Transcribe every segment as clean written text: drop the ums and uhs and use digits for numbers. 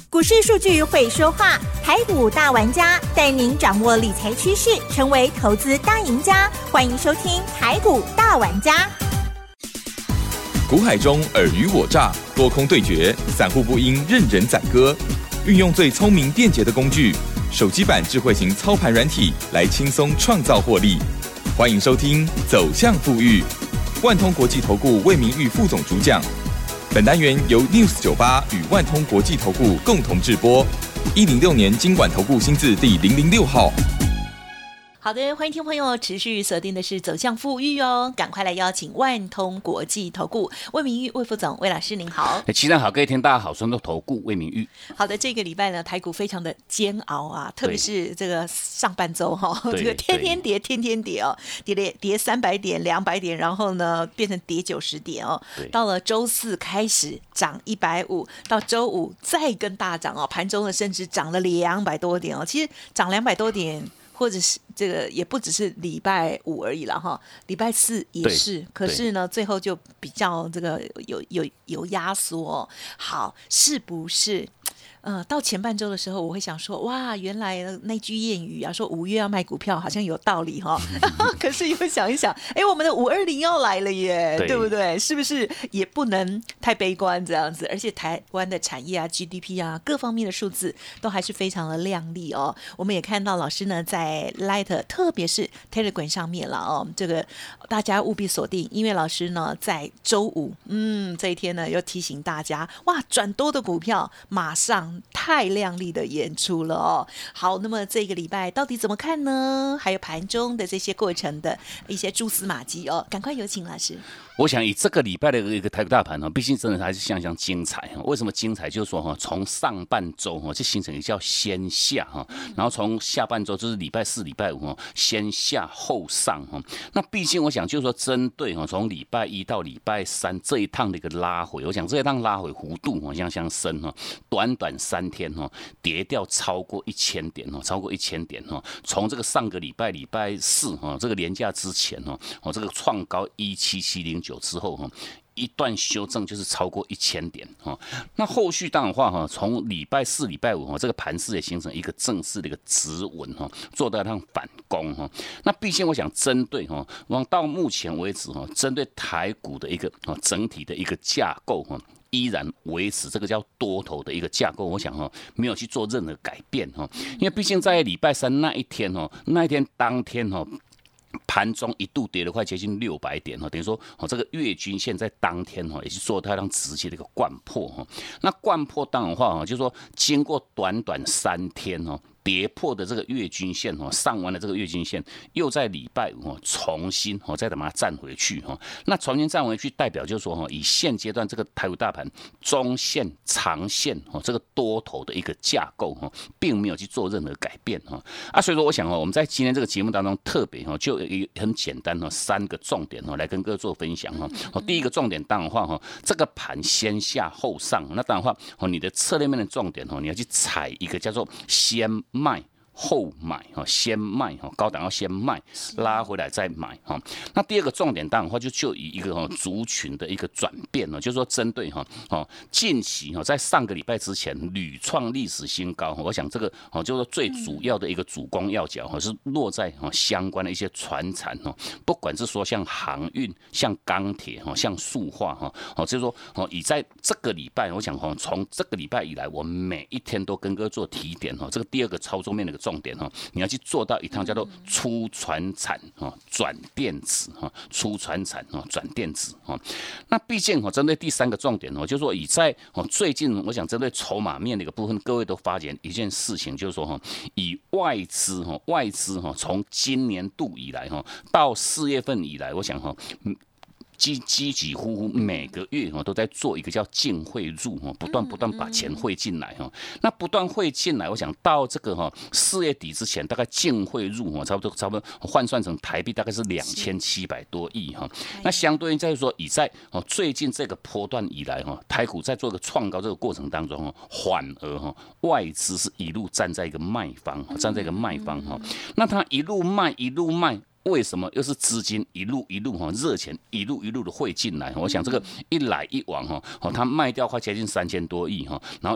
股市数据会说话，台股大玩家带您掌握理财趋势，成为投资大赢家。欢迎收听台股大玩家。 股海中尔虞我诈，多空对决，散户不应任人宰割。运用最聪明便捷的工具，手机版智慧型操盘软体来轻松创造获利。欢迎收听《走向富裕》，万通国际投顾魏明玉副总主讲。本单元由 News98 与万通国际投顾共同制播，106年金管投顾新字第006号。 好的，欢迎听众朋友持续锁定的是走向富裕哦，赶快来邀请万通国际投顾魏明玉魏副总，魏老师您好。 齐上好，各位听大家好，双头投顾魏明玉。 好的，这个礼拜呢，台股非常的煎熬啊，特别是这个上半周哈，这个天天跌，天天跌哦，跌300点、200点，然后呢变成跌90点哦，到了周四开始涨150，到周五再跟大涨哦，盘中呢甚至涨了200多点哦，其实涨200多点。或者是这个也不只是礼拜五而已了哈，礼拜四也是，可是呢，最后就比较这个有压缩哦。好，是不是？到前半周的时候，我会想说，哇，原来那句谚语啊，说5月要卖股票，好像有道理哈。可是又想一想，我们的520要来了耶，对不对？是不是也不能太悲观这样子？而且台湾的产业啊、GDP 啊各方面的数字都还是非常的亮丽哦。我们也看到老师呢在 Light， 特别是 Telegram 上面了哦，这个大家务必锁定，因为老师呢在周五，这一天呢又提醒大家，哇，转多的股票马上。太亮丽的演出了哦！好，那么这个礼拜到底怎么看呢？还有盘中的这些过程的一些蛛丝马迹哦，赶快有请老师。 我想以这个礼拜的一个台股大盘毕竟真的还是相当精彩。为什么精彩？就是说从上半周就形成一个叫先下然后从下半周就是礼拜四、礼拜五先下后上那毕竟我想就是说，针对从礼拜一到礼拜三这一趟的一个拉回，我想这一趟拉回弧度相当深短短3天跌掉超过1000点超过1000点从这个上个礼拜四这个连假之前这个创高17709之后一段修正就是超过1000点那后续当然话从礼拜四、礼拜五这个盘势也形成一个正式的一个止稳做到它反攻那毕竟我想针对到目前为止针对台股的一个整体的一个架构依然维持这个叫多头的一个架构，我想没有去做任何改变因为毕竟在礼拜三那一天当天盘中一度跌了快接近600点等于说这个月均线在当天也是做它让直接的一个掼破那掼破当然话就是说经过短短3天跌破的这个月均线上完了这个月均线，又在礼拜五重新再把它站回去那重新站回去，代表就是说以现阶段这个台股大盘中线、长线这个多头的一个架构并没有去做任何改变所以说我想我们在今天这个节目当中特别就很简单3个重点来跟各位做分享第一个重点当然话这个盘先下后上，那当然话你的策略面的重点你要去踩一个叫做先卖后买先卖高档要先卖，拉回来再买那第二个重点当然话就以一个族群的一个转变就是说针对近期在上个礼拜之前屡创历史新高我想这个就是最主要的一个主攻要角是落在相关的一些传产不管是说像航运、像钢铁像塑化就是说以在这个礼拜我想从这个礼拜以来，我们每一天都跟各位做提点这个第二个操作面的一个重点你要去做到一趟叫做出传产转电子出传产转电子那毕竟针对第3个重点就是说以在最近我想针对筹码面的一个部分，各位都发现一件事情，就是说以外资从今年度以来到4月份以来，我想几乎每个月都在做一个叫净汇入不断把钱汇进来那不断汇进来，我想到这个4月底之前，大概净汇入差不多换算成台币大概是2700多亿那相对于在说以在最近这个波段以来台股在做一个创高这个过程当中反而外资是一路站在一个卖方那他一路卖为什么又是资金一路热钱一路的汇进来？我想这个一来一往他卖掉快接近3000多亿然后又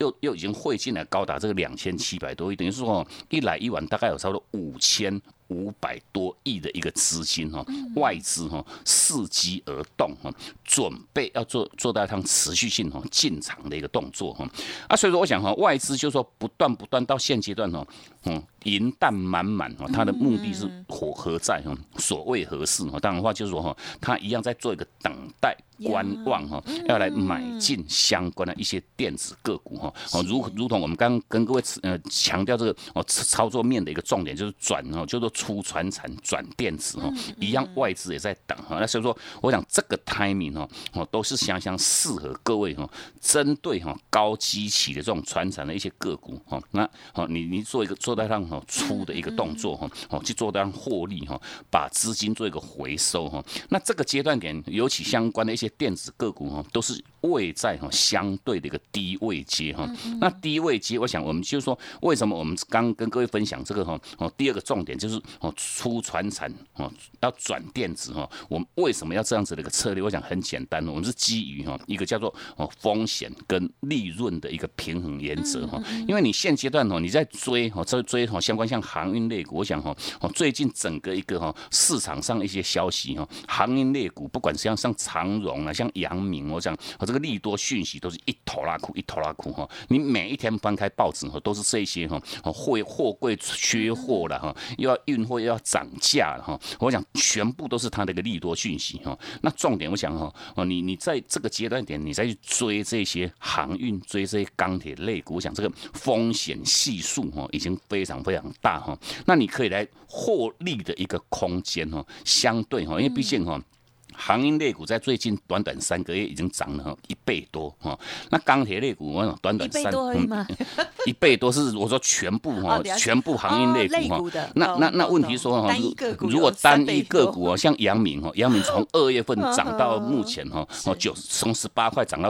又已经汇进来高达这个2700多亿，等于说一来一往大概有差不多5500多亿的一个资金外资伺机而动准备要做到一趟持续性进场的一个动作所以说我想外资就说不断到现阶段银弹满满它的目的是何在所谓何事当然的话就是说它一样在做一个等待观望要来买进相关的一些电子个股如同我们刚刚跟各位强调这个操作面的一个重点就是就是说出传产转电子一样外资也在等那所以说我想这个 timing 都是相当适合各位针对高基期的这种传产的一些个股那你做到让出的一个动作去做到让获利把资金做一个回收那这个阶段点尤其相关的一些电子个股都是位在相对的一个低位阶那低位阶我想我们就是说为什么我们刚跟各位分享这个第二个重点就是出传产要转电子我们为什么要这样子的一个策略我想很简单我们是基于一个叫做风险跟利润的一个平衡原则因为你现阶段你在追相关像航运类股我想最近整个一个市场上一些消息航运类股不管是像长荣像阳明我想这个利多讯息都是一头拉苦你每一天翻开报纸都是这些货柜缺货了又要运货又要涨价了我想全部都是它的一个利多讯息那重点我想你在这个阶段点你再去追这些航运追这些钢铁类股我想这个风险系数已经非常非常大那你可以来获利的一个空间相对因为毕竟航运类股在最近短3个月已经涨了1倍多那钢铁类股短 1倍多而已吗 ？1倍多是我说全部航运类股那问题说如果单一个股像阳明从2月份涨到目前从18块涨到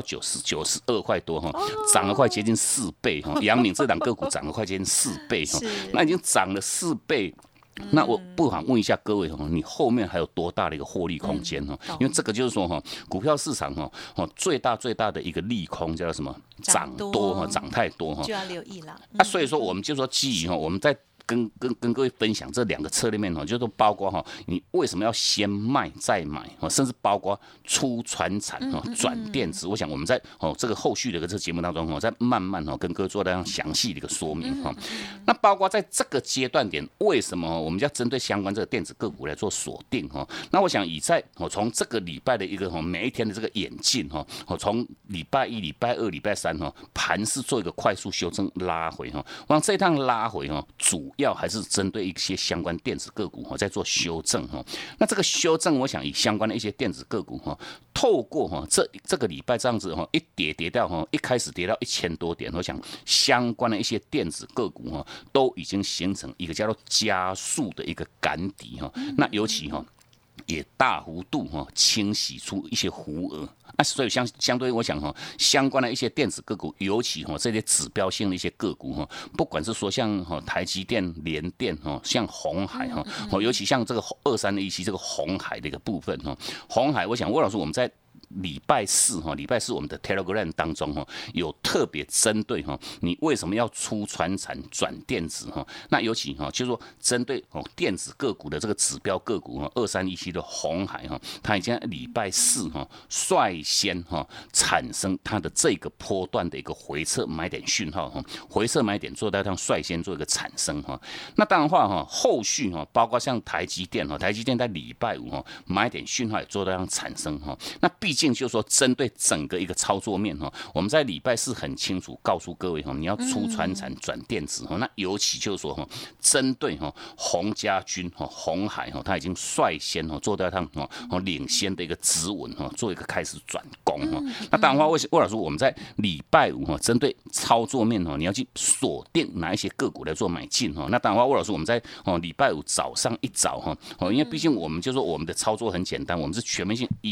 92块多涨了快接近4倍阳明这档个股涨了快接近4倍那已经涨了4倍。那我不妨问一下各位你后面还有多大的一个获利空间因为这个就是说股票市场最大的一个利空叫做什么？涨多涨太多就要留意了。 所以说我们就说基于我们在跟各位分享这2个策略面就是包括你为什么要先卖再买甚至包括出传产转电子我想我们在这个后续的这个节目当中再慢慢跟各位做这样详细的一个说明那包括在这个阶段点为什么我们要针对相关这个电子个股来做锁定那我想从这个礼拜的一个每一天的这个演进从礼拜1礼拜2礼拜3盘势做一个快速修正拉回我想这一趟拉回主要还是针对一些相关电子个股在做修正那这个修正我想以相关的一些电子个股透过这个礼拜这样子一跌到一开始跌到1000多点我想相关的一些电子个股都已经形成一个叫做加速的一个赶底那尤其也大幅度清洗出一些弧额所以相对我想相关的一些电子个股尤其这些指标性的一些个股不管是说像台积电联电像鸿海尤其像这个2317这个鸿海的一个部分鸿海我想魏老师我们在礼拜四我们的 Telegram 当中有特别针对你为什么要出传产转电子那尤其就是说针对电子个股的这个指标个股2317的鸿海它已经在礼拜四率先产生它的这个波段的一个回撤买点讯号回撤买点做到它率先做一个产生那当然话后续包括像台积电在礼拜5买点讯号也做到它产生那毕竟就是说针对整个一个操作面我们在礼拜四很清楚告诉各位你要出传产转电子那尤其就是说针对鸿家军鸿海它已经率先做到它领先的一个止稳做一个开始转攻那当然话魏老师我们在礼拜5针对操作面你要去锁定哪一些个股来做买进那当然话魏老师我们在礼拜5早上一早因为毕竟我们就说我们的操作很简单我们是全面性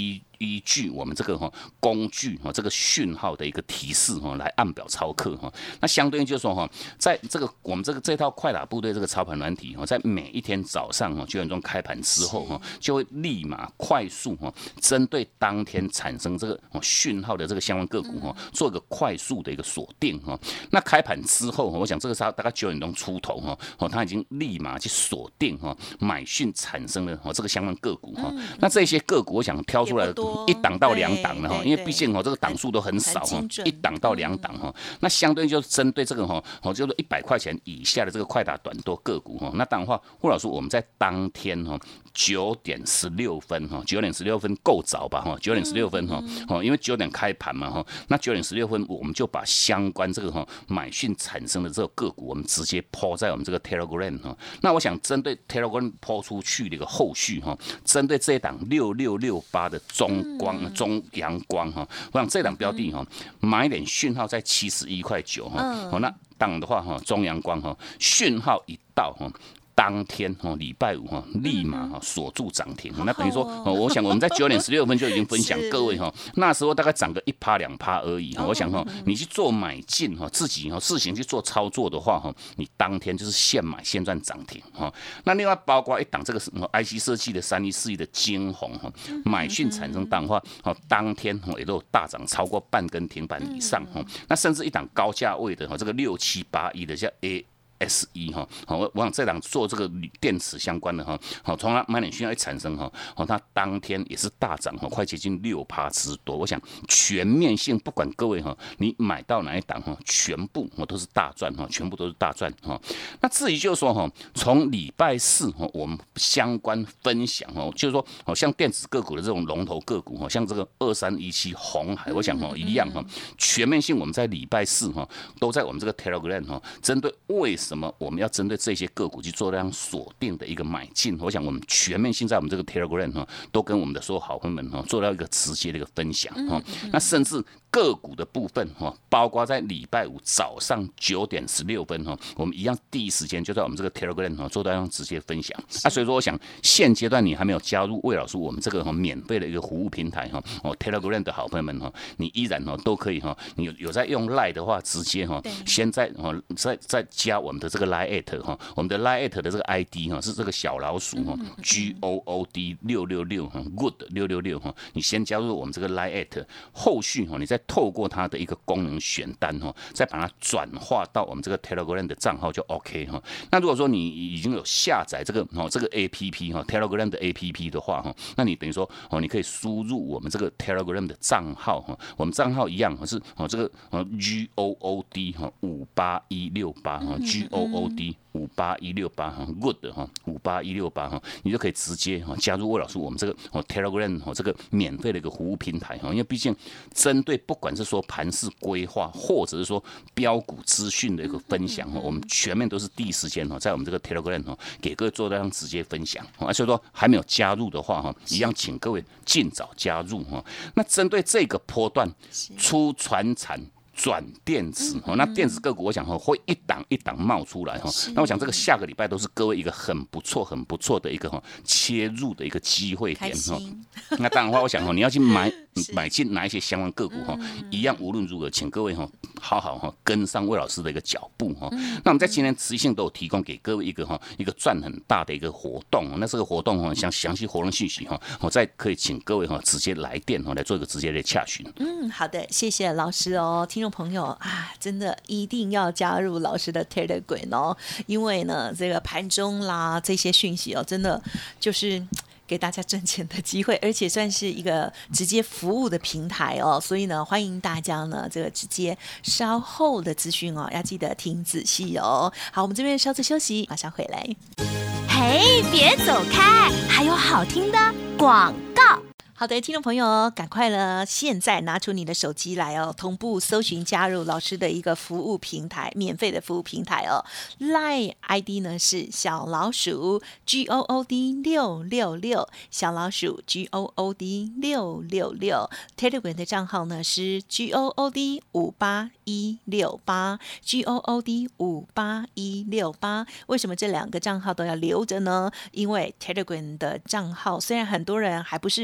依据我们这个工具这个讯号的一个提示来按表操课那相对应就是说在这个我们这套快打部队这个操盘软体在每一天早上9点钟开盘之后就会立马快速针对当天产生这个讯号的这个相关个股做一个快速的一个锁定那开盘之后我想这个是大概9点钟出头它已经立马去锁定买讯产生的这个相关个股那这些个股我想挑出来1档到2档了因为毕竟这个档数都很少1档到2档那相对就是针对这个就是100块钱以下的这个快打短多个股那当然话胡老师我们在当天9点16分9点16分够早吧9点16分因为9点开盘嘛那9点16分我们就把相关这个买讯产生的这个个股我们直接抛在我们这个 Telegram 那我想针对 Telegram 抛出去的一个后续针对这一档6668的中阳光我想这档标的买点讯号在71.9块那当然的话中阳光讯号一到当天礼拜五立马锁住涨停那等于说我想我们在9点16分就已经分享各位那时候大概涨个1%、2%而已我想你去做买进自己自行去做操作的话你当天就是现买现赚涨停那另外包括一档这个IC 设计的3141的晶宏买讯产生档的话当天也都有大涨超过半根停板以上那甚至一档高价位的这个6781的像 SE 我想这档做这个电池相关的从它买点讯号一产生它当天也是大涨快接近6%之多。我想全面性不管各位你买到哪一档全部都是大赚全部都是大赚那至于就是说从礼拜四我们相关分享就是说像电子个股的这种龙头个股像这个2317鸿海我想一样全面性我们在礼拜四都在我们这个 Telegram 针对为什么我们要针对这些个股去做这样锁定的一个买进我想我们全面性在我们这个 Telegram 都跟我们的所有好朋友们做到一个直接的一个分享那甚至个股的部分包括在礼拜五早上9点16分我们一样第一时间就在我们这个 Telegram 做到这样直接分享所以说我想现阶段你还没有加入魏老师我们这个免费的一个服务平台Telegram 的好朋友们你依然都可以你有在用 LINE 的话直接先再加我们的这个 LINE@ 我们的 LINE@ 的这个 ID 是这个小老鼠GOOD 666 Good 666你先加入我们这个 LINE@ 后续你再透过它的一个功能选单再把它转化到我们这个 Telegram 的账号就 OK 那如果说你已经有下载这个 APP Telegram 的 APP 的话那你等于说你可以输入我们这个 Telegram 的账号我们账号一样是这个 GOOD 58168 GOOD 58168 Good 58168你就可以直接加入魏老师我们这个 Telegram 这个免费的一个服务平台因为毕竟针对不管是说盘势规划或者是说标股资讯的一个分享我们全面都是第一时间在我们这个 Telegram 给各位做这样直接分享所以说还没有加入的话一样请各位尽早加入那针对这个波段出传产转电子那电子个股我想会一档一档冒出来那我想这个下个礼拜都是各位一个很不错的一个切入的一个机会点那当然的话我想你要去买进哪一些相关个股一样无论如何请各位好好跟上魏老师的一个脚步那我们在今天持续性都有提供给各位一个赚很大的一个活动那这个活动详细活动信息我再可以请各位直接来电来做一个直接的洽询好的谢谢老师听众朋友真的一定要加入老师的 Telegram 因为呢这个盘中啦这些讯息真的就是给大家挣钱的机会，而且算是一个直接服务的平台所以呢欢迎大家呢这个直接稍后的资讯要记得听仔细好，我们这边稍作休息，马上回来。 嘿，别走开，还有好听的广告。 好的，听众朋友赶快了，现在拿出你的手机来同步搜寻加入老师的一个服务平台，免费的服务平台LINE ID 呢是小老鼠 GOOD 666，小老鼠 GOOD 666， Telegram 的账号呢是 GOOD 58168 GOOD 58168。为什么这两个账号都要留着呢？因为 Telegram 的账号虽然很多人还不是那么常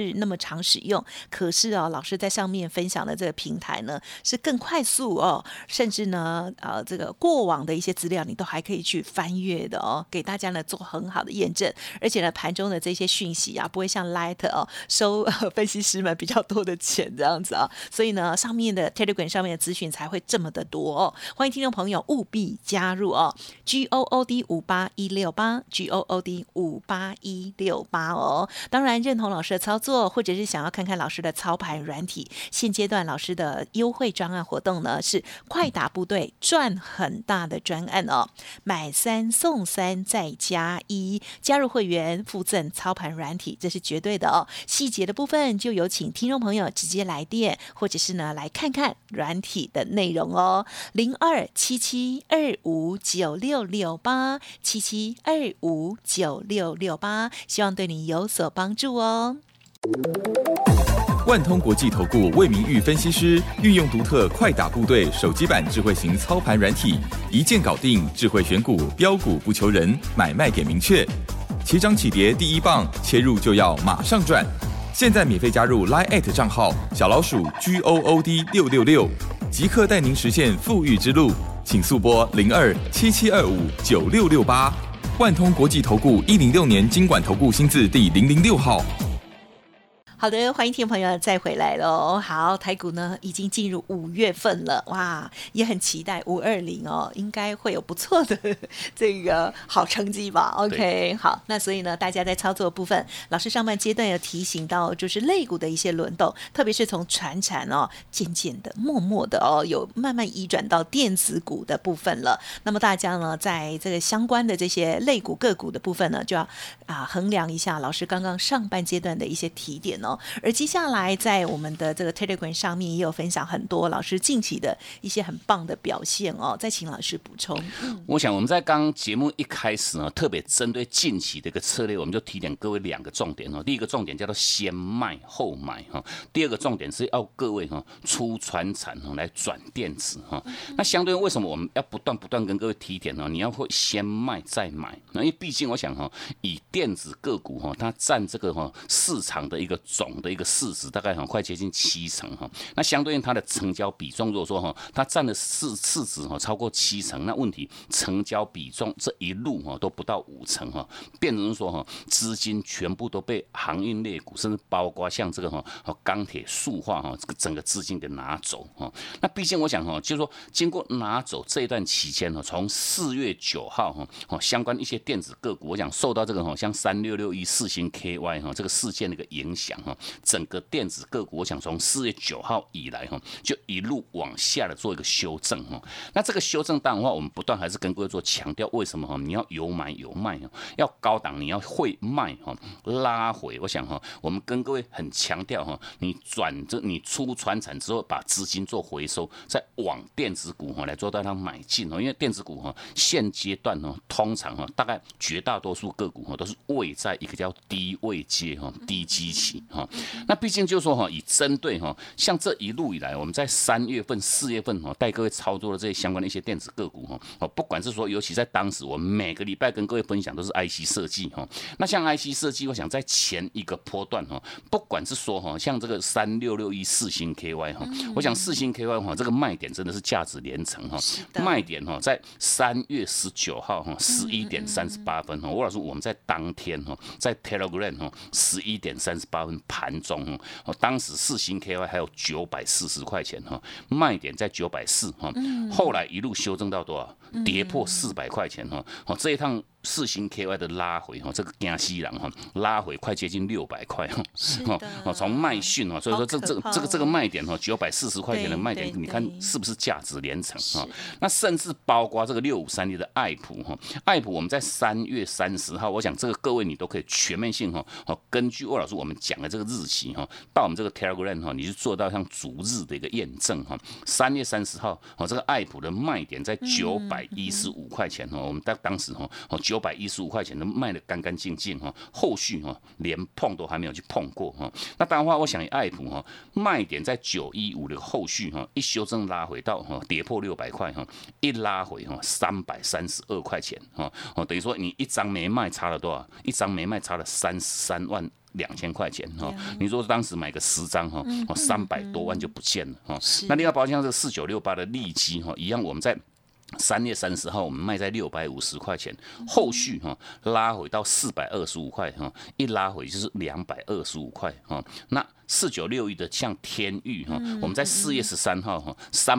常使用，可是老师在上面分享的这个平台呢，是更快速甚至呢这个过往的一些资料你都还可以去翻阅的给大家呢做很好的验证，而且呢盘中的这些讯息啊，不会像 Light 收分析师们比较多的钱这样子所以呢上面的 Telegram 上面的资讯才会这么的多欢迎听众朋友务必加入GOOD 58168 GOOD 58168当然认同老师的操作，或者是想要看看老师的操盘软体，现阶段老师的优惠专案活动呢是快打部队赚很大的专案买3送3再加1，加入会员附赠操盘软体，这是绝对的细节的部分就有请听众朋友直接来电，或者是呢来看看软体的内容0277259668 77259668，希望对你有所帮助万通国际投顾魏明玉分析师运用独特快打部队手机版智慧型操盘软体，一键搞定智慧选股，标股不求人，买卖给明确，起涨起跌第一棒，切入就要马上赚。现在免费加入 Line@ 账号小老鼠 GOOD666，即刻带您实现富裕之路，请速拨0277259668。万通国际投顾106年金管投顾新字第006号。 好的，欢迎听众朋友再回来喽。好，台股呢已经进入5月份了，哇，也很期待520应该会有不错的这个好成绩吧。OK， 好，那所以呢，大家在操作的部分，老师上半阶段有提醒到，就是类股的一些轮动，特别是从传产渐渐的、默默的有慢慢移转到电子股的部分了。那么大家呢，在这个相关的这些类股个股的部分呢，就要衡量一下老师刚刚上半阶段的一些提点而接下来在我们的这个 Telegram 上面也有分享很多老师近期的一些很棒的表现再请老师补充。 我想我们在刚节目一开始特别针对近期的一个策略，我们就提点各位2个重点第一个重点叫做先卖后买第二个重点是要各位出传产来转电子那相对为什么我们要不断跟各位提点你要会先卖再买，因为毕竟我想以电子个股它占这个市场的一个总的一个市值大概快接近70%那相对应它的成交比重，如果说它占的市值超过70%，那问题成交比重这一路都不到50%变成说资金全部都被航运类股，甚至包括像这个钢铁、塑化这个整个资金给拿走那毕竟我想就是说经过拿走这一段期间从4月9号相关一些电子个股，我想受到这个像3661世芯 KY 这个事件的一个影响整个电子个股我想从4月9号以来就一路往下的做一个修正那这个修正当然的话，我们不断还是跟各位做强调，为什么你要有买有卖要高档你要会卖拉回，我想我们跟各位很强调你出传产之后把资金做回收，再往电子股来做到它买进因为电子股现阶段通常大概绝大多数个股都是位在一个叫低位阶低基期那毕竟就是说以针对像这一路以来我们在3月份4月份带各位操作的这些相关的一些电子个股不管是说尤其在当时我们每个礼拜跟各位分享都是 IC 设计那像 IC 设计我想在前一个波段不管是说像这个3661世芯 KY 我想世芯 KY 这个卖点真的是价值连城卖点在3月19号11点38分我老师我们在当天在 Telegram 11点38分盘中当时世芯 KY 还有940块钱卖点在940后来一路修正到多少？跌破400块钱这一趟世芯 KY 的拉回这个惊死人拉回快接近600块从卖讯所以说这个卖点940块钱的卖点，你看是不是价值连城那甚至包括这个6531的爱普爱普我们在3月30号，我想这个各位你都可以全面性根据魏老师我们讲的这个日期到我们这个 Telegram 你是做到像逐日的一个验证3月30号这个爱普的卖点在915块钱我们当时915块钱都卖得干干净净后续连碰都还没有去碰过那当然话我想爱普卖点在915的后续一修正拉回到跌破600块一拉回332块钱等于说你一张没卖差了多少？一张没卖差了33万 2000块钱哈。你说当时买个10张哈，300多万就不见了哈。那另外包括像这4968的利基哈，一样我们在3月30号我们卖在650块钱，后续拉回到425块哈，一拉回就是225块哈。那4961的像天钰我们在4月13号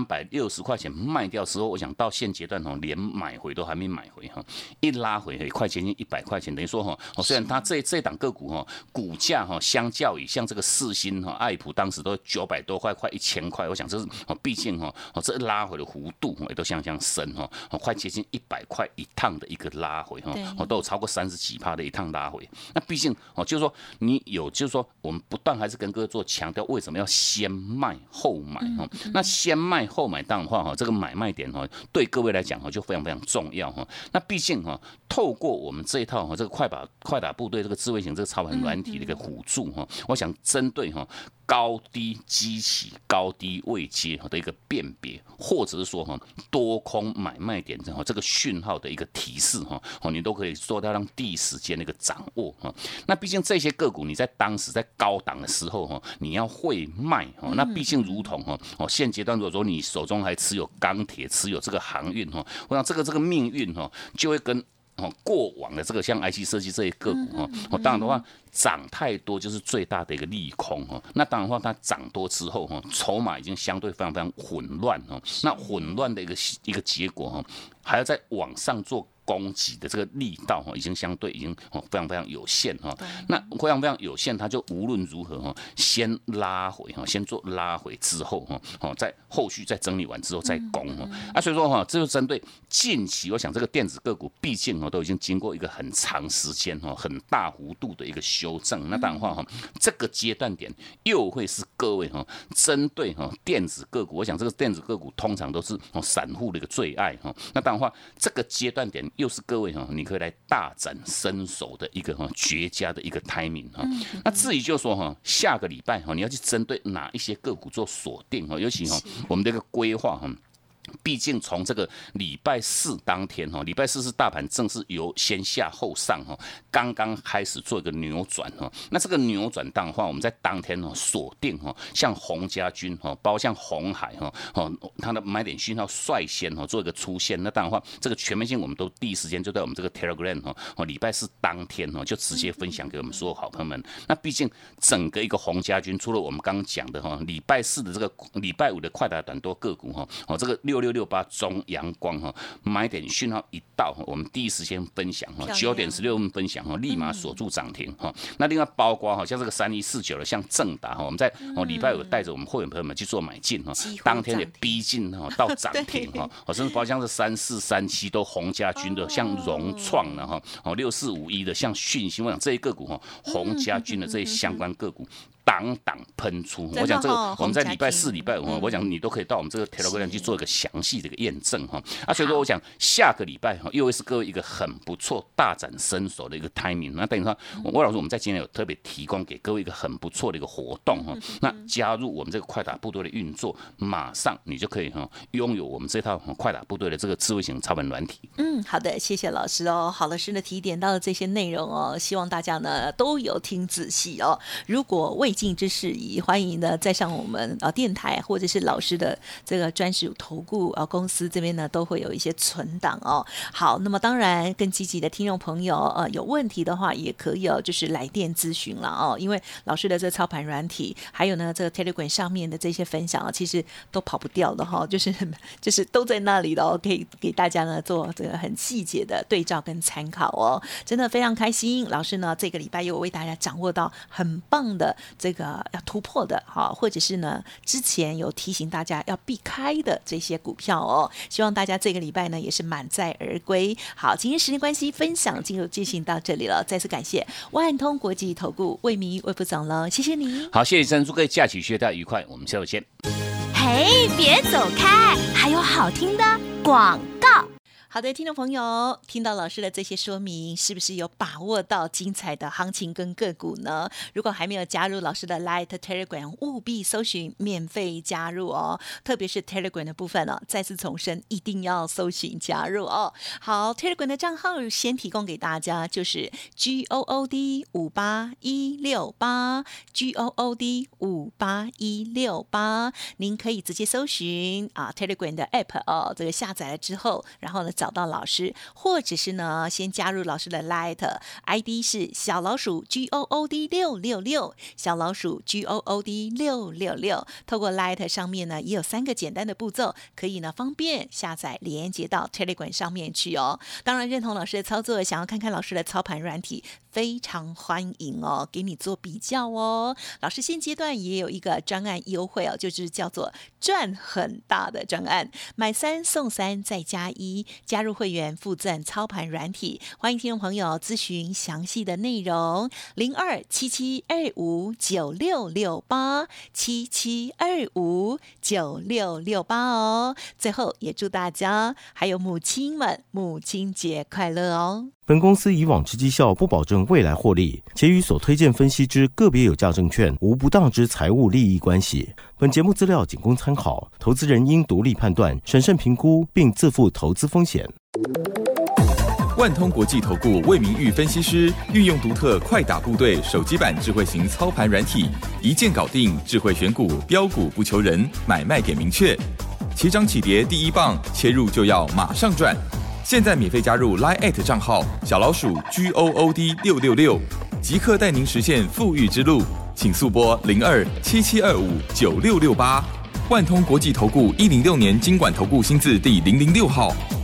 360块钱卖掉之后，我想到现阶段连买回都还没买回一拉回快接近100块钱，等于说虽然它这档个股股价相较于像这个世芯爱普当时都900多块，快1000块，我想这是毕竟这拉回的幅度也都相当深快接近100块一趟的一个拉回都有超过30几%的一趟拉回。那毕竟就是说你有就是说我们不断还是跟各位做强调，为什么要先卖后买那先卖后买当然话这个买卖点对各位来讲就非常非常重要那毕竟透过我们这一套这个快打部队这个智慧型这个操盘软体的一个辅助我想针对高低基期、高低位阶的一个辨别，或者是说多空买卖点这个讯号的一个提示你都可以做到让第一时间的一个掌握那毕竟这些个股你在当时在高档的时候你要会卖那毕竟如同现阶段如果说你手中还持有钢铁、持有这个航运我想这个命运就会跟过往的这个像 IC 设计这些个股当然的话涨太多就是最大的一个利空那当然的话它涨多之后筹码已经相对非常非常混乱那混乱的一个结果还要再往上做攻击的这个力道已经相对已经非常非常有限那非常非常有限，它就无论如何先拉回先做拉回之后在后续再整理完之后再攻所以说这就针对近期我想这个电子个股毕竟都已经经过一个很长时间很大幅度的一个修正，那当然话这个阶段点又会是各位针对电子个股，我想这个电子个股通常都是散户的一个最爱那当然话这个阶段点又是各位你可以来大展身手的一个绝佳的一个 timing 那至于就是说下个礼拜你要去针对哪一些个股做锁定尤其我们这个规划毕竟从这个礼拜4当天礼拜4是大盘正式由先下后上刚刚开始做一个扭转那这个扭转当的话，我们在当天锁定像鸿家军包括像鸿海它的买点讯号率先做一个出现，那当然的话这个全面性我们都第一时间就在我们这个 Telegram 礼拜4当天就直接分享给我们所有好朋友们。那毕竟整个一个鸿家军除了我们刚刚讲的礼拜4的这个礼拜5的快打短多个股这个6668中阳光买点讯号一到我们第一时间分享9点16分分享立马锁住涨停那另外包括像这个3149的像正达我们在礼拜5带着我们会员朋友们去做买进当天也逼近到涨停甚至包括像是3437都鸿家军的像融创的6451的像讯息，我想这些个股鸿家军的这些相关个股档档喷出，我想这个我们在礼拜4、礼拜5，我想你都可以到我们这个 Telegram 去做一个详细的一个验证所以说我想下个礼拜又会是各位一个很不错大展身手的一个 timing。那等于说，魏老师我们在今天有特别提供给各位一个很不错的一个活动那加入我们这个快打部队的运作，马上你就可以拥有我们这套快打部队的这个智慧型操盘软体。 好的，谢谢老师好，老师的提点到的这些内容希望大家呢都有听仔细如果未尽之事宜，欢迎呢再上我们电台或者是老师的这个专属投顾公司这边呢都会有一些存档好，那么当然更积极的听众朋友有问题的话也可以就是来电咨询了因为老师的这操盘软体还有呢这个 Telegram 上面的这些分享其实都跑不掉的就是都在那里的可以给大家呢做这个很细节的对照跟参考真的非常开心。老师呢这个礼拜又为大家掌握到很棒的这个要突破的或者是呢之前有提醒大家要避开的这些股票希望大家这个礼拜呢也是满载而归。好，今天时间关系分享进行到这里了，再次感谢万通国际投顾魏明魏副总了，谢谢你。 好，谢谢珍珠，各位假期学到愉快，我们下周见。 嘿，别走开，还有好听的广告。 好的，听众朋友，听到老师的这些说明，是不是有把握到精彩的行情跟个股呢？如果还没有加入老师的 Light Telegram， 务必搜寻免费加入哦。特别是 Telegram 的部分哦，再次重申，一定要搜寻加入哦。好 ，Telegram 的账号先提供给大家，就是 GOOD58168 GOOD58168，您可以直接搜寻Telegram 的 App 哦，这个下载了之后，然后呢找到老师，或者是呢先加入老师的 Light ID 是小老鼠 GOOD666， 小老鼠 GOOD666。透过 Light 上面呢也有3个简单的步骤，可以呢方便下载连接到 Telegram 上面去哦。当然认同老师的操作，想要看看老师的操盘软体，非常欢迎哦，给你做比较哦。老师现阶段也有一个专案优惠哦，就是叫做赚很大的专案，买3送3再加1，加入会员附赠操盘软体。欢迎听众朋友咨询详细的内容，0277259668 77259668哦。最后也祝大家还有母亲们母亲节快乐哦。 本公司以往之绩效不保证未来获利，且与所推荐分析之个别有价证券无不当之财务利益关系。本节目资料仅供参考，投资人应独立判断、审慎评估，并自负投资风险。 万通国际投顾魏明玉分析师运用独特快打部队手机版智慧型操盘软体，一键搞定智慧选股，标股不求人，买卖给明确，起涨起跌第一棒，切入就要马上赚。现在免费加入 Line@ 账号小老鼠 GOOD666， 即刻带您实现富裕之路，请速拨0277259668。万通国际投顾106年金管投顾新字第006号。